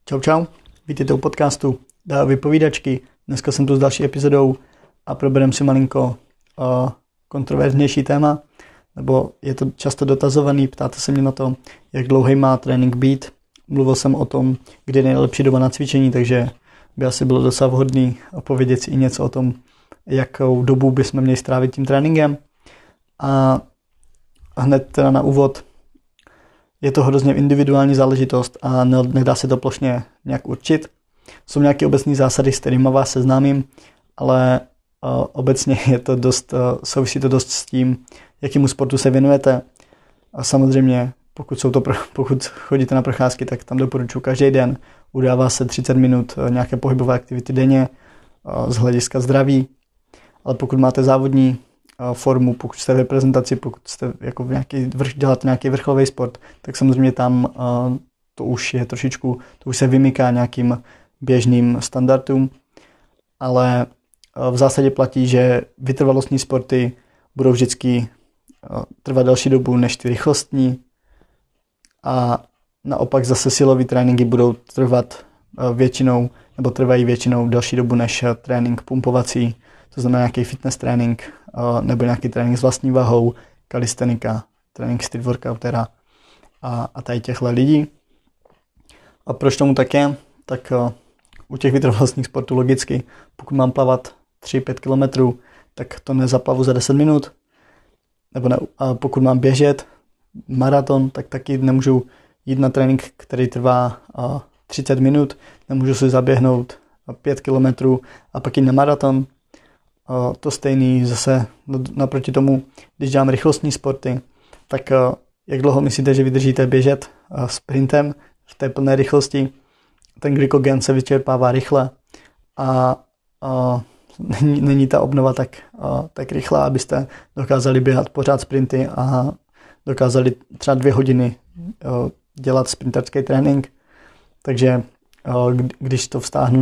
Čau, čau, vítejte u podcastu Vypovídačky. Dneska jsem tu s další epizodou a probereme si malinko kontroverznější téma, nebo je to často dotazovaný, ptáte se mě na to, jak dlouhý má trénink být. Mluvil jsem o tom, kdy je nejlepší doba na cvičení, takže by asi bylo docela vhodný povědět si i něco o tom, jakou dobu bychom měli strávit tím tréninkem. A hned teda na úvod, je to hrozně individuální záležitost a nedá se to plošně nějak určit. Jsou nějaké obecné zásady, s kterými vás seznámím, ale obecně je to souvisí to dost s tím, jakému sportu se věnujete. A samozřejmě, pokud chodíte na procházky, tak tam doporučuji každý den. Udává se 30 minut nějaké pohybové aktivity denně z hlediska zdraví. Ale pokud máte závodní formu, pokud jste v reprezentaci, pokud jste jako děláte nějaký vrcholový sport, tak samozřejmě tam to už je trošičku, to už se vymyká nějakým běžným standardům, ale v zásadě platí, že vytrvalostní sporty budou vždycky trvat delší dobu než ty rychlostní a naopak zase silový tréninky budou trvat trvají většinou delší dobu než trénink pumpovací, to znamená nějaký fitness trénink nebo nějaký trénink s vlastní vahou, kalistenika, trénink street workoutera a tady těchto lidí. A proč tomu tak je? Tak u těch vytrvalostních sportů logicky, pokud mám plavat 3-5 kilometrů, tak to nezaplavu za 10 minut. Nebo ne, a pokud mám běžet maraton, tak taky nemůžu jít na trénink, který trvá 30 minut, nemůžu si zaběhnout 5 kilometrů a pak jít na maraton. To stejný zase naproti tomu, když dělám rychlostní sporty, tak jak dlouho myslíte, že vydržíte běžet sprintem v té plné rychlosti? Ten glykogen se vyčerpává rychle a není ta obnova tak rychlá, abyste dokázali běhat pořád sprinty a dokázali třeba 2 hodiny dělat sprinterský trénink. Takže když to vztáhnu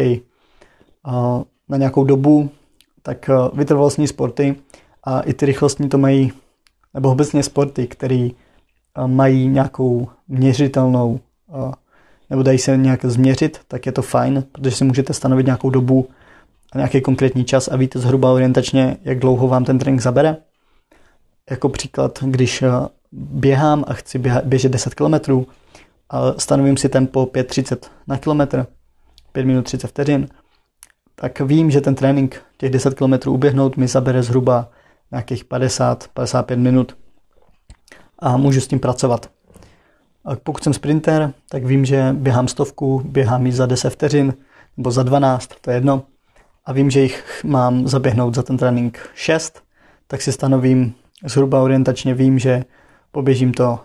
na nějakou dobu, tak vytrvalostní sporty a i ty rychlostní to mají, nebo obecně sporty, které mají nějakou měřitelnou, nebo dají se nějak změřit, tak je to fajn, protože si můžete stanovit nějakou dobu a nějaký konkrétní čas a víte zhruba orientačně, jak dlouho vám ten trénink zabere. Jako příklad, když běhám a chci běžet 10 km a stanovím si tempo 5:30 na kilometr, 5 minut 30 vteřin, tak vím, že ten trénink těch 10 km uběhnout mi zabere zhruba nějakých 50-55 minut a můžu s tím pracovat. A pokud jsem sprinter, tak vím, že běhám 100, běhám ji za 10 vteřin nebo za 12, to je jedno. A vím, že jich mám zaběhnout za ten trénink 6, tak si stanovím zhruba orientačně, vím, že poběžím to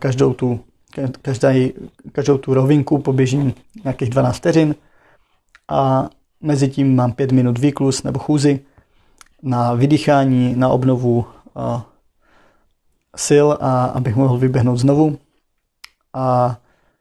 každou tu rovinku, poběžím nějakých 12 vteřin a mezi tím mám 5 minut výklus nebo chůzi na vydýchání, na obnovu sil a abych mohl vyběhnout znovu. A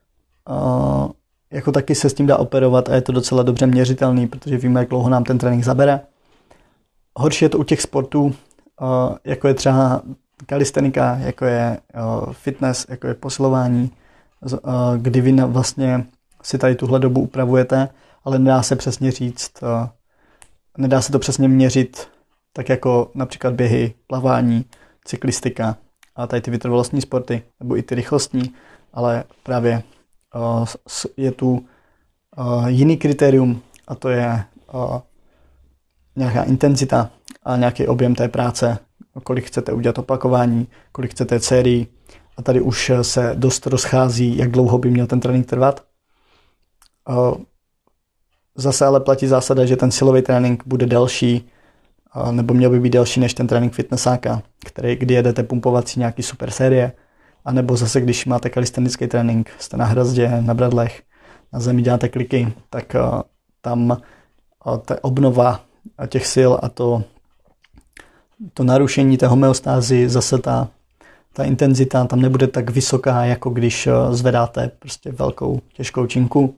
jako taky se s tím dá operovat a je to docela dobře měřitelný, protože víme, jak dlouho nám ten trénink zabere. Horší je to u těch sportů, jako je třeba kalistenika, jako je fitness, jako je posilování, kdy vy vlastně si tady tuhle dobu upravujete, ale nedá se přesně říct, nedá se to přesně měřit, tak jako například běhy, plavání, cyklistika a tady ty vytrvalostní sporty, nebo i ty rychlostní, ale právě je tu jiný kritérium a to je nějaká intenzita a nějaký objem té práce, kolik chcete udělat opakování, kolik chcete sérií a tady už se dost rozchází, jak dlouho by měl ten trénink trvat. Zase ale platí zásada, že ten silový trénink bude delší, nebo měl by být delší než ten trénink fitnessáka, kdy jedete pumpovací nějaký super série, anebo zase, když máte kalistenický trénink, jste na hrazdě, na bradlech, na zemi děláte kliky, tak tam ta obnova těch sil a to narušení té homeostázy, zase ta intenzita tam nebude tak vysoká, jako když zvedáte prostě velkou těžkou činku.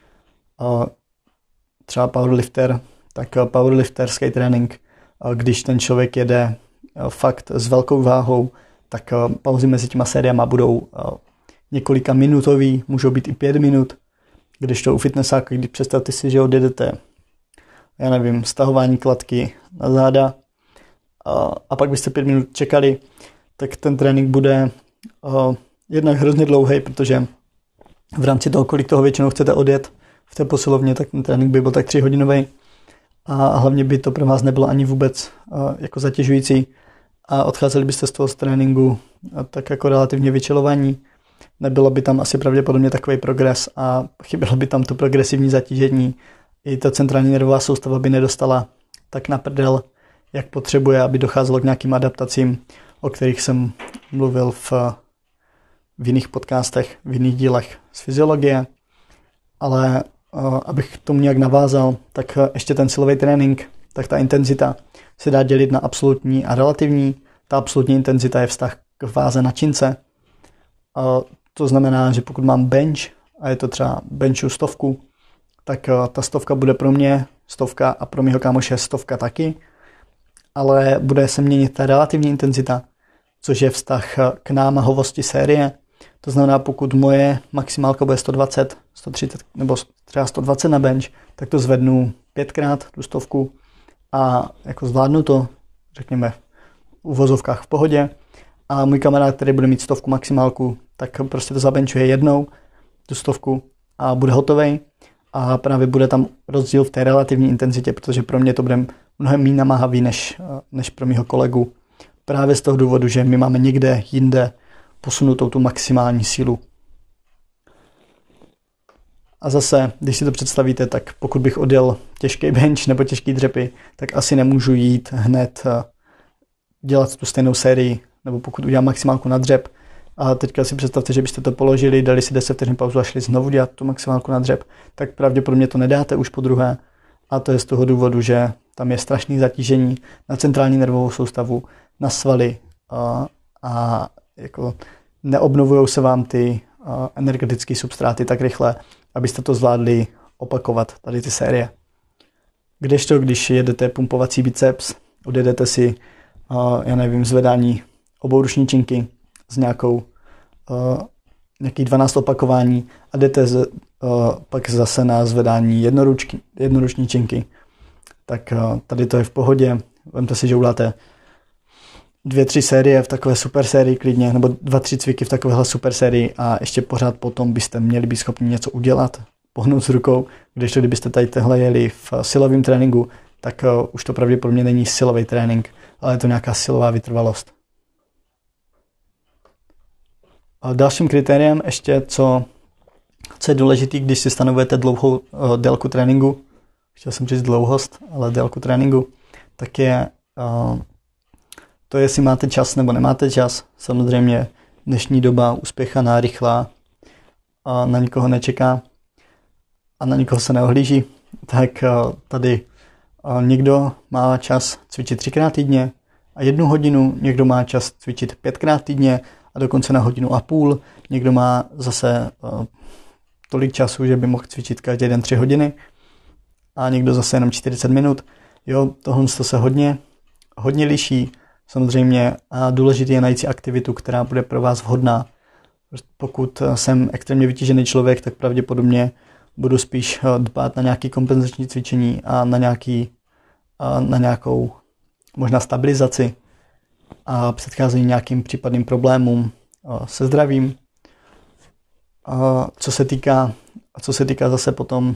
Třeba powerlifter, tak powerlifterský trénink, když ten člověk jede fakt s velkou váhou, tak pauzy mezi těma sériama budou několika minutový, můžou být i 5 minut Když to u fitnessáka, když představte si, že odjedete, já nevím, stahování kladky na záda a pak byste 5 minut čekali, tak ten trénink bude jednak hrozně dlouhý, protože v rámci toho, kolik toho většinou chcete odjet v té posilovně, tak ten trénink by byl tak 3hodinový a hlavně by to pro vás nebylo ani vůbec jako zatěžující a odcházeli byste z toho tréninku tak jako relativně vyčilovaní. Nebylo by tam asi pravděpodobně takový progres a chybělo by tam to progresivní zatížení. I ta centrální nervová soustava by nedostala tak na prdel, jak potřebuje, aby docházelo k nějakým adaptacím, o kterých jsem mluvil v jiných podcastech, v jiných dílech z fyziologie. Ale abych k tomu nějak navázal, tak ještě ten silový trénink, tak ta intenzita se dá dělit na absolutní a relativní. Ta absolutní intenzita je vztah k váze na čince. To znamená, že pokud mám bench a je to třeba benchu 100, tak ta 100 bude pro mě 100 a pro mého kámoše 100 taky, ale bude se měnit ta relativní intenzita, což je vztah k námahovosti série. To znamená, pokud moje maximálka bude 120, 130 nebo třeba 120 na bench, tak to zvednu 5krát tu 100 a jako zvládnu to, řekněme, v uvozovkách v pohodě. A můj kamarád, který bude mít 100 maximálku, tak prostě to zabenčuje jednou, tu 100 a bude hotovej. A právě bude tam rozdíl v té relativní intenzitě, protože pro mě to bude mnohem méně namáhavý než pro mýho kolegu. Právě z toho důvodu, že my máme někde jinde posunutou tu maximální sílu. A zase, když si to představíte, tak pokud bych odjel těžký bench nebo těžký dřepy, tak asi nemůžu jít hned dělat tu stejnou sérii, nebo pokud udělám maximálku na dřep. A teďka si představte, že byste to položili, dali si 10 vteřin pauzu a šli znovu dělat tu maximálku na dřep, tak pravděpodobně to nedáte už po druhé. A to je z toho důvodu, že tam je strašné zatížení na centrální nervovou soustavu, na svaly a jako neobnovují se vám ty energetické substráty tak rychle, abyste to zvládli opakovat, tady ty série. Kdežto, když jedete pumpovací biceps, odjedete si, já nevím, zvedání obou ručníčinky s nějakých 12 opakování a jdete pak zase na zvedání jednoručníčinky, tak tady to je v pohodě. Vemte si, že uděláte 2-3 série v takové super sérii klidně, nebo 2-3 cviky v takovéhle super sérii a ještě pořád potom byste měli být schopni něco udělat, pohnout s rukou, když to, kdybyste tady tehle jeli v silovém tréninku, tak už to pravděpodobně není silový trénink, ale je to nějaká silová vytrvalost. A dalším kritériem ještě, co je důležité, když si stanovujete dlouhou délku tréninku, chtěl jsem říct dlouhost, ale délku tréninku, tak je to, jestli máte čas nebo nemáte čas. Samozřejmě dnešní doba uspěchaná, rychlá, a na nikoho nečeká a na nikoho se neohlíží. Tak tady někdo má čas cvičit 3krát týdně a 1 hodinu, někdo má čas cvičit 5krát týdně a dokonce na 1,5 hodiny. Někdo má zase tolik času, že by mohl cvičit každý den 3 hodiny a někdo zase jenom 40 minut. Jo, tohle se hodně liší. Samozřejmě a důležité je najít si aktivitu, která bude pro vás vhodná. Pokud jsem extrémně vytížený člověk, tak pravděpodobně budu spíš dbát na nějaké kompenzační cvičení a na nějakou možná stabilizaci a předcházení nějakým případným problémům se zdravím. Co se týká zase potom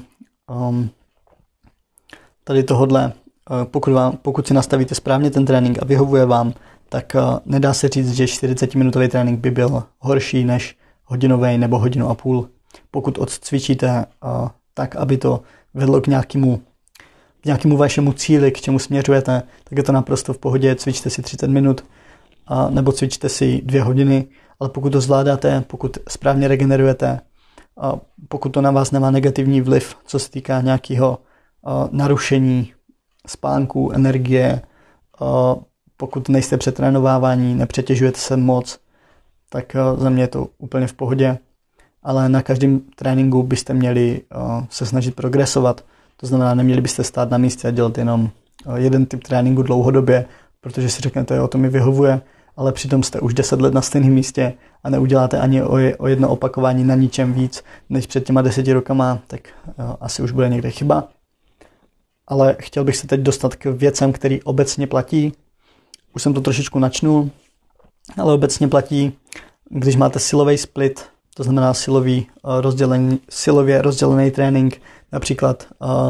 tady tohodle, pokud si nastavíte správně ten trénink a vyhovuje vám, tak nedá se říct, že 40-minutový trénink by byl horší než hodinový nebo 1,5 hodiny. Pokud odcvičíte tak, aby to vedlo k nějakému vašemu cíli, k čemu směřujete, tak je to naprosto v pohodě. Cvičte si 30 minut nebo cvičte si 2 hodiny, ale pokud to zvládáte, pokud správně regenerujete, pokud to na vás nemá negativní vliv, co se týká nějakého narušení spánku, energie, pokud nejste přetrénovávání, nepřetěžujete se moc, tak za mě je to úplně v pohodě. Ale na každém tréninku byste měli se snažit progresovat. To znamená, neměli byste stát na místě a dělat jenom jeden typ tréninku dlouhodobě, protože si řeknete, jo, to mi vyhovuje ale přitom jste už 10 let na stejném místě a neuděláte ani o jedno opakování na ničem víc než před těma 10 rokama, tak asi už bude někde chyba. Ale chtěl bych se teď dostat k věcem, které obecně platí. Už jsem to trošičku načnul, ale obecně platí, když máte silový split, to znamená silově rozdělený trénink, například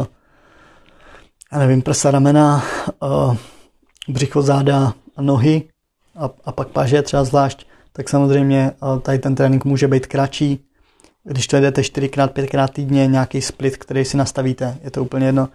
prsa, ramena, břicho, záda a nohy a pak paže třeba zvlášť, tak samozřejmě tady ten trénink může být kratší. Když to jedete 4x, 5x týdně, nějaký split, který si nastavíte, je to úplně jedno,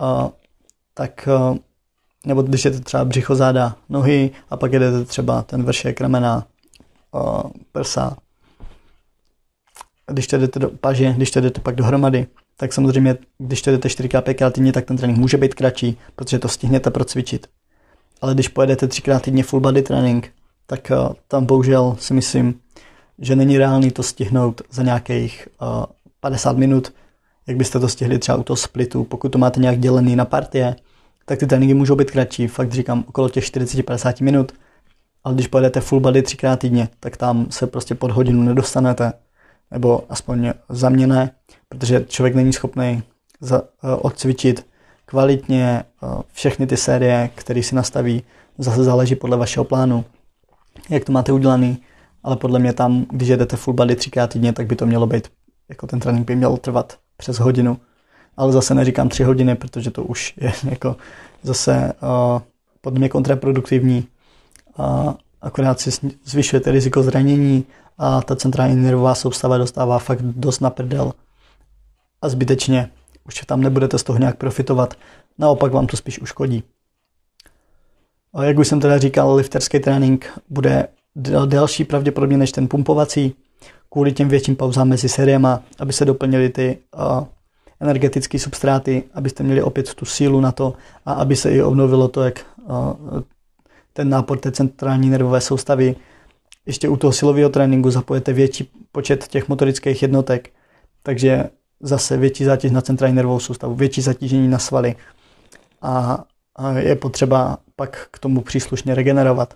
nebo když jdete třeba břicho, záda, nohy a pak jedete třeba ten vršek, ramena, prsa. Když to jdete do paže, když to jdete pak dohromady, tak samozřejmě, když to jdete 4x, 5x týdně, tak ten trénink může být kratší, protože to stihnete procvičit. Ale když pojedete 3x týdně full body trénink, tak tam bohužel si myslím, že není reálný to stihnout za nějakých 50 minut, jak byste to stihli třeba u toho splitu. Pokud to máte nějak dělený na partie, tak ty tréninky můžou být kratší, fakt říkám okolo těch 40-50 minut, ale když pojedete full body 3x týdně, tak tam se prostě pod hodinu nedostanete, nebo aspoň za mě ne, protože člověk není schopný odcvičit kvalitně všechny ty série, které si nastaví, zase záleží podle vašeho plánu, jak to máte udělaný, ale podle mě tam, když jedete full body 3x týdně, tak by to mělo být, jako ten trénink by měl trvat přes hodinu, ale zase neříkám 3 hodiny, protože to už je jako zase podle mě kontraproduktivní, akorát si zvyšujete riziko zranění a ta centrální nervová soustava dostává fakt dost na prdel a zbytečně už tam nebudete z toho nějak profitovat, naopak vám to spíš uškodí. A jak už jsem teda říkal, lifterský trénink bude delší pravděpodobně než ten pumpovací, kvůli těm větším pauzám mezi sériema, aby se doplnily ty energetické substráty, abyste měli opět tu sílu na to a aby se i obnovilo to, jak ten nápor té centrální nervové soustavy. Ještě u toho silového tréninku zapojete větší počet těch motorických jednotek, takže zase větší zátěž na centrální nervovou soustavu, větší zatížení na svaly a je potřeba pak k tomu příslušně regenerovat.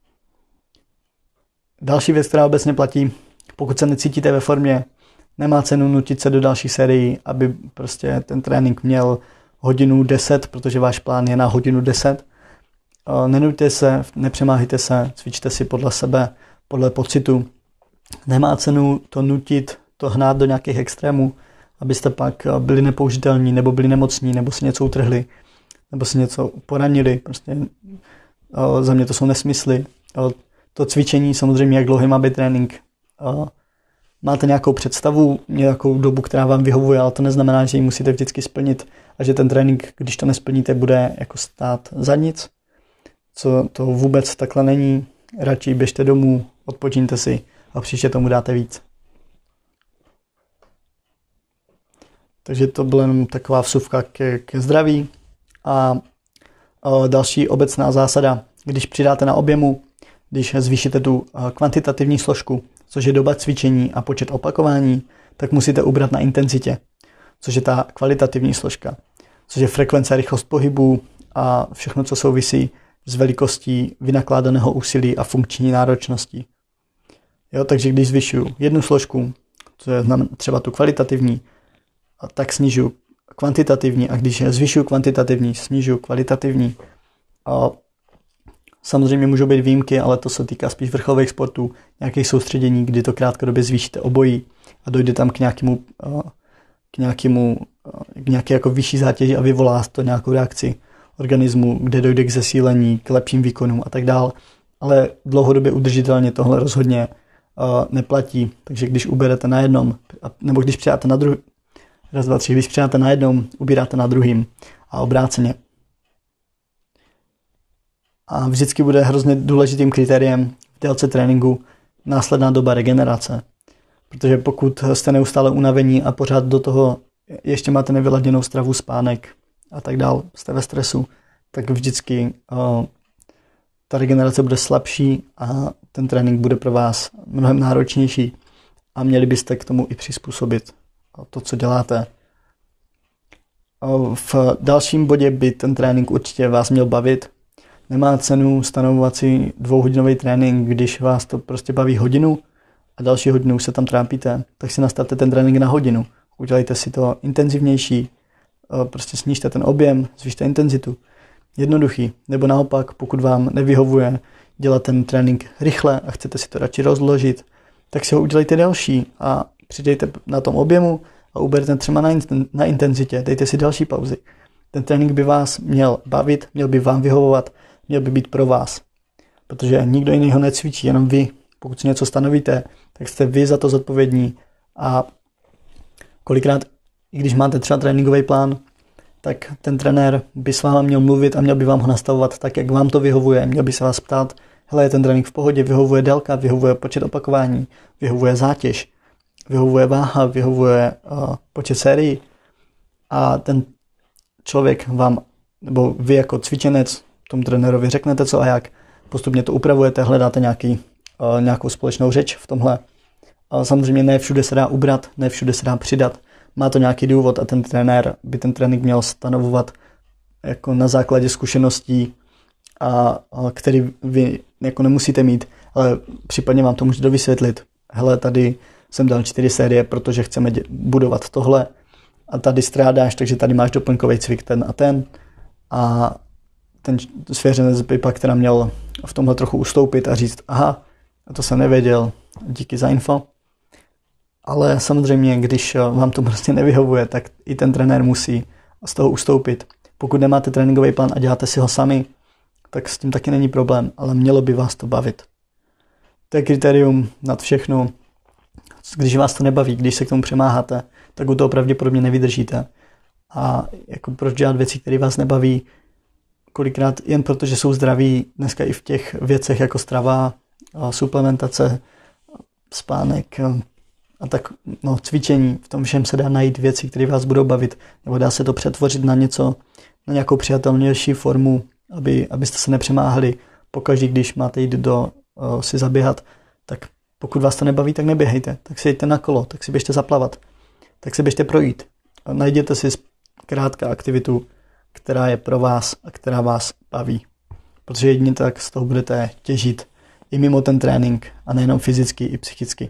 Další věc, která obecně platí, pokud se necítíte ve formě, nemá cenu nutit se do další sérii, aby prostě ten trénink měl hodinu 10, protože váš plán je na hodinu 10. Nenuďte se, nepřemáhejte se, cvičte si podle sebe, podle pocitu. Nemá cenu to nutit, to hnát do nějakých extrémů, abyste pak byli nepoužitelní, nebo byli nemocní, nebo si něco utrhli, nebo si něco poranili. Prostě za mě to jsou nesmysly. To cvičení, samozřejmě, jak dlouhý má být trénink, máte nějakou představu, nějakou dobu, která vám vyhovuje, ale to neznamená, že ji musíte vždycky splnit a že ten trénink, když to nesplníte, bude jako stát za nic. Co to vůbec takhle není. Radši běžte domů, odpočíňte si a příště tomu dáte víc. Takže to byla jenom taková vsuvka ke zdraví. A další obecná zásada, když přidáte na objemu, když zvýšíte tu kvantitativní složku, což je doba cvičení a počet opakování, tak musíte ubrat na intenzitě, což je ta kvalitativní složka, což je frekvence, rychlost pohybu a všechno, co souvisí s velikostí vynakládaného úsilí a funkční náročností. Jo, takže když zvyšuju jednu složku, co je třeba tu kvalitativní, tak snižuju kvantitativní a když zvyšuju kvantitativní, snižuju kvalitativní. A samozřejmě můžou být výjimky, ale to se týká spíš vrcholových sportů, nějakých soustředění, kdy to krátkodobě zvýšíte obojí a dojde tam k nějaké jako vyšší zátěži a vyvolá to nějakou reakci organismu, kde dojde k zesílení, k lepším výkonům a tak dál. Ale dlouhodobě udržitelně tohle rozhodně neplatí. Takže když uberete na jednom, nebo když přidáte na druhém, když přidáte na jednom, ubíráte na druhým a obráceně. A vždycky bude hrozně důležitým kritériem v délce tréninku následná doba regenerace. Protože pokud jste neustále unavení a pořád do toho ještě máte nevyladěnou stravu, spánek a tak dál, jste ve stresu, tak vždycky ta regenerace bude slabší a ten trénink bude pro vás mnohem náročnější a měli byste k tomu i přizpůsobit to, co děláte. V dalším bodě by ten trénink určitě vás měl bavit. Nemá cenu stanovovat si 2hodinový trénink, když vás to prostě baví hodinu a další hodinu už se tam trápíte, tak si nastavte ten trénink na hodinu. Udělejte si to intenzivnější, prostě snížte ten objem, zvýšte intenzitu. Jednoduchý. Nebo naopak, pokud vám nevyhovuje dělat ten trénink rychle a chcete si to radši rozložit, tak si ho udělejte delší a přidejte na tom objemu a uberte třeba na intenzitě. Dejte si další pauzy. Ten trénink by vás měl bavit, měl by vám vyhovovat, měl by být pro vás. Protože nikdo jiný ho necvičí, jenom vy. Pokud si něco stanovíte, tak jste vy za to zodpovědní. A kolikrát, i když máte třeba tréninkový plán, tak ten trenér by s váma měl mluvit a měl by vám ho nastavovat tak, jak vám to vyhovuje. Měl by se vás ptát, hele, je ten trénink v pohodě, vyhovuje délka, vyhovuje počet opakování, vyhovuje zátěž, vyhovuje váha, vyhovuje počet sérií. A ten člověk vám, nebo vy jako cvičenec tomu trenérovi řeknete co a jak, postupně to upravujete, hledáte nějakou společnou řeč v tomhle. Ale samozřejmě ne všude se dá ubrat, ne všude se dá přidat. Má to nějaký důvod a ten trenér by ten trénink měl stanovovat jako na základě zkušeností, který vy jako nemusíte mít, ale případně vám to může dovysvětlit. Hele, tady jsem dal 4 série, protože chceme budovat tohle a tady strádáš, takže tady máš doplňkový cvik ten a ten. A ten svěřenec by pak teda měl v tomhle trochu ustoupit a říct, aha, to jsem nevěděl, díky za info. Ale samozřejmě, když vám to prostě nevyhovuje, tak i ten trenér musí z toho ustoupit. Pokud nemáte tréninkový plán a děláte si ho sami, tak s tím taky není problém, ale mělo by vás to bavit. To je kritérium nad všechno. Když vás to nebaví, když se k tomu přemáháte, tak u toho pravděpodobně nevydržíte. A jako proč dělat věci, které vás nebaví, kolikrát jen proto, že jsou zdraví, dneska i v těch věcech jako strava, suplementace, spánek a tak cvičení, v tom všem se dá najít věci, které vás budou bavit, nebo dá se to přetvořit na něco, na nějakou přijatelnější formu, abyste se nepřemáhali pokaždý, když máte jít si zaběhat, tak pokud vás to nebaví, tak neběhejte, tak si jděte na kolo, tak si běžte zaplavat, tak si běžte projít. A najděte si krátkou aktivitu, která je pro vás a která vás baví. Protože jedině tak z toho budete těžit i mimo ten trénink a nejenom fyzicky, i psychicky.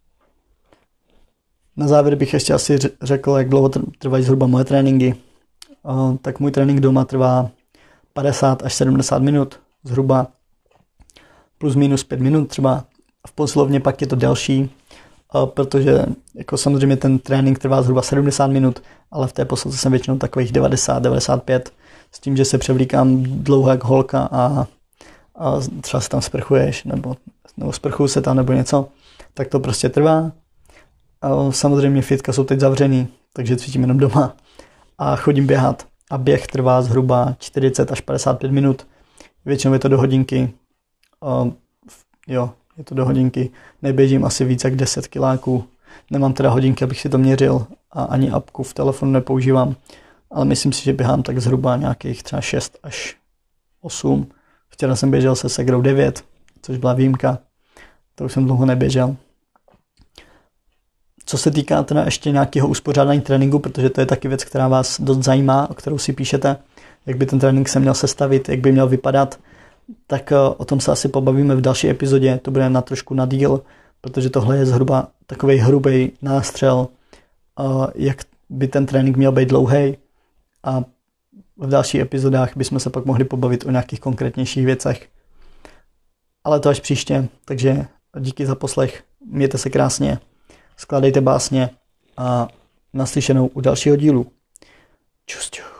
Na závěr bych ještě asi řekl, jak dlouho trvají zhruba moje tréninky. Tak můj trénink doma trvá 50 až 70 minut, zhruba plus minus 5 minut třeba. V posilovně pak je to delší, protože jako samozřejmě ten trénink trvá zhruba 70 minut, ale v té posilovce jsem většinou takových 90-95, s tím, že se převlíkám dlouho jak holka a třeba se tam sprchuješ, nebo sprchuju se tam nebo něco, tak to prostě trvá. Samozřejmě fitka jsou teď zavřený, takže cvičím jenom doma a chodím běhat a běh trvá zhruba 40 až 55 minut, většinou je to do hodinky, je to do hodinky, neběžím asi víc jak 10 kiláků, nemám teda hodinky, abych si to měřil a ani apku v telefonu nepoužívám, ale myslím si, že běhám tak zhruba nějakých třeba 6 až 8. Včera jsem běžel se segrou 9, což byla výjimka, to už jsem dlouho neběžel. Co se týká teda ještě nějakého uspořádání tréninku, protože to je taky věc, která vás dost zajímá, o kterou si píšete, jak by ten trénink se měl sestavit, jak by měl vypadat, tak o tom se asi pobavíme v další epizodě, to bude trošku na díl, protože tohle je zhruba takovej hrubý nástřel, jak by ten trénink měl být dlouhý a v dalších epizodách bychom se pak mohli pobavit o nějakých konkrétnějších věcech. Ale to až příště, takže díky za poslech, mějte se krásně, skládejte básně a naslyšenou u dalšího dílu. Čus, čus.